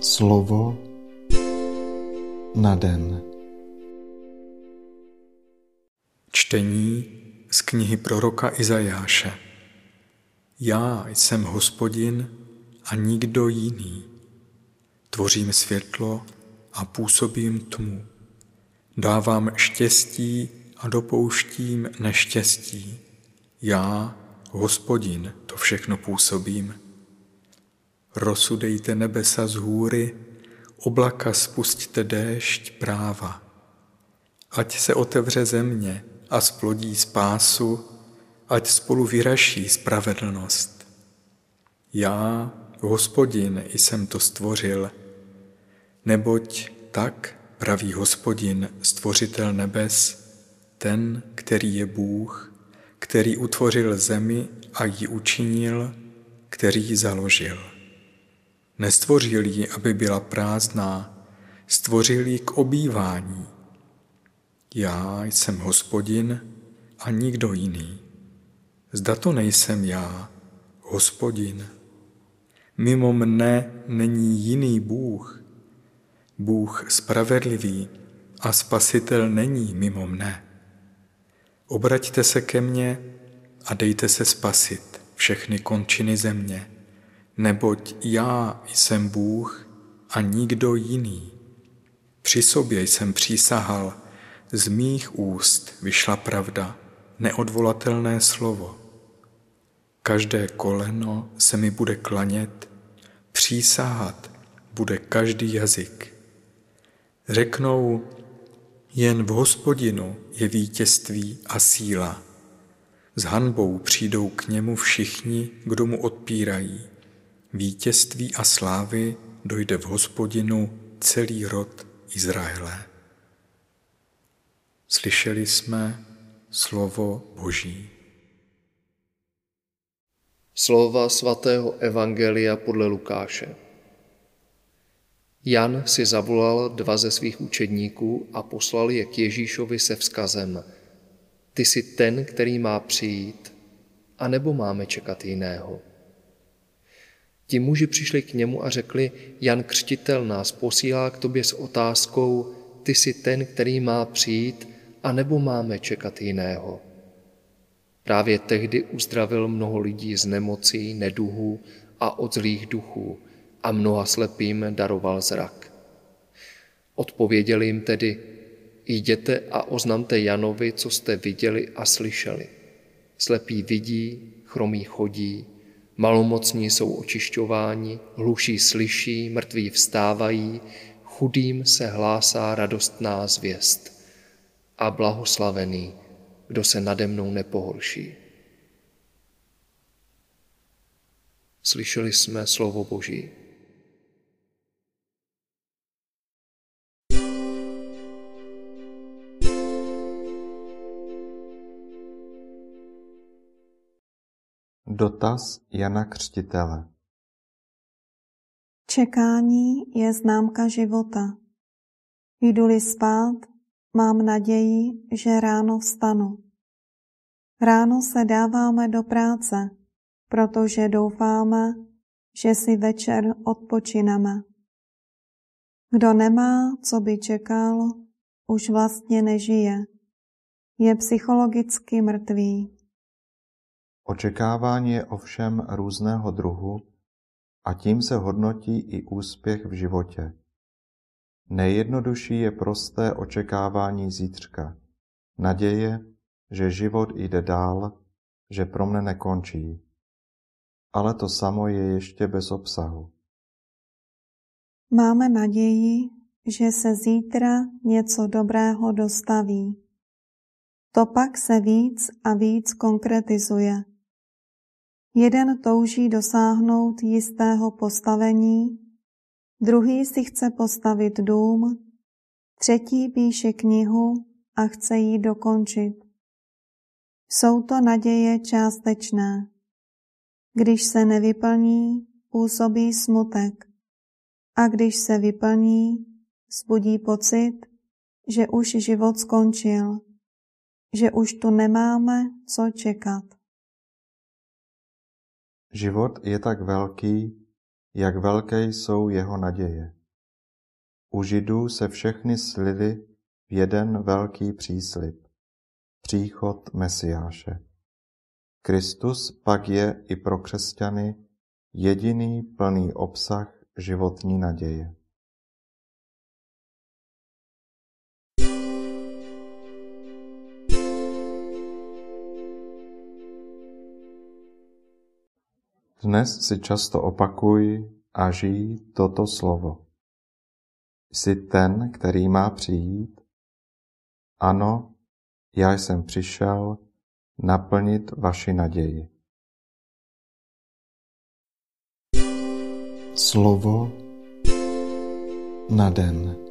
Slovo na den. Čtení z knihy proroka Izajáše. Já jsem Hospodin a nikdo jiný. Tvořím světlo a působím tmu. Dávám štěstí a dopouštím neštěstí. Já, Hospodin, to všechno působím. Rozsudejte nebesa z hůry, oblaka spusťte déšť práva. Ať se otevře země a splodí spásu, ať spolu vyraší spravedlnost. Já, Hospodin, jsem to stvořil, neboť tak praví Hospodin, stvořitel nebes, ten, který je Bůh, který utvořil zemi a ji učinil, který ji založil. Nestvořil ji, aby byla prázdná, stvořil ji k obývání. Já jsem Hospodin a nikdo jiný. Zda to nejsem já, Hospodin. Mimo mne není jiný Bůh. Bůh spravedlivý a Spasitel není mimo mne. Obraťte se ke mně a dejte se spasit všechny končiny země, neboť já jsem Bůh a nikdo jiný. Při sobě jsem přísahal, z mých úst vyšla pravda, neodvolatelné slovo. Každé koleno se mi bude klanět, přísahat bude každý jazyk. Řeknou, jen v Hospodinu je vítězství a síla. S hanbou přijdou k němu všichni, kdo mu odpírají. Vítězství a slávy dojde v Hospodinu celý rod Izraele. Slyšeli jsme slovo Boží. Slova svatého evangelia podle Lukáše. Jan si zavolal 2 ze svých učedníků a poslal je k Ježíšovi se vzkazem: Ty jsi ten, který má přijít, anebo máme čekat jiného? Ti muži přišli k němu a řekli: Jan Křtitel nás posílá k tobě s otázkou: Ty jsi ten, který má přijít, anebo máme čekat jiného? Právě tehdy uzdravil mnoho lidí z nemocí, neduhů a od zlých duchů a mnoha slepým daroval zrak. Odpověděl jim tedy: Jděte a oznamte Janovi, co jste viděli a slyšeli. Slepí vidí, chromí chodí, malomocní jsou očišťováni, hluší slyší, mrtví vstávají, chudým se hlásá radostná zvěst. A blahoslavený, kdo se nade mnou nepohorší. Slyšeli jsme slovo Boží. Dotaz Jana Křtitele. Čekání je známka života. Jdu-li spát, mám naději, že ráno vstanu. Ráno se dáváme do práce, protože doufáme, že si večer odpočineme. Kdo nemá, co by čekal, už vlastně nežije. Je psychologicky mrtvý. Očekávání je ovšem různého druhu a tím se hodnotí i úspěch v životě. Nejjednodušší je prosté očekávání zítřka. Naděje, že život jde dál, že pro mne nekončí. Ale to samo je ještě bez obsahu. Máme naději, že se zítra něco dobrého dostaví. To pak se víc a víc konkretizuje. Jeden touží dosáhnout jistého postavení, druhý si chce postavit dům, třetí píše knihu a chce ji dokončit. Jsou to naděje částečné. Když se nevyplní, působí smutek. A když se vyplní, vzbudí pocit, že už život skončil, že už tu nemáme co čekat. Život je tak velký, jak velké jsou jeho naděje. U Židů se všechny slily v jeden velký příslib, příchod Mesiáše. Kristus pak je i pro křesťany jediný plný obsah životní naděje. Dnes si často opakuj a žij toto slovo. Jsi ten, který má přijít? Ano, já jsem přišel naplnit vaši naději. Slovo na den.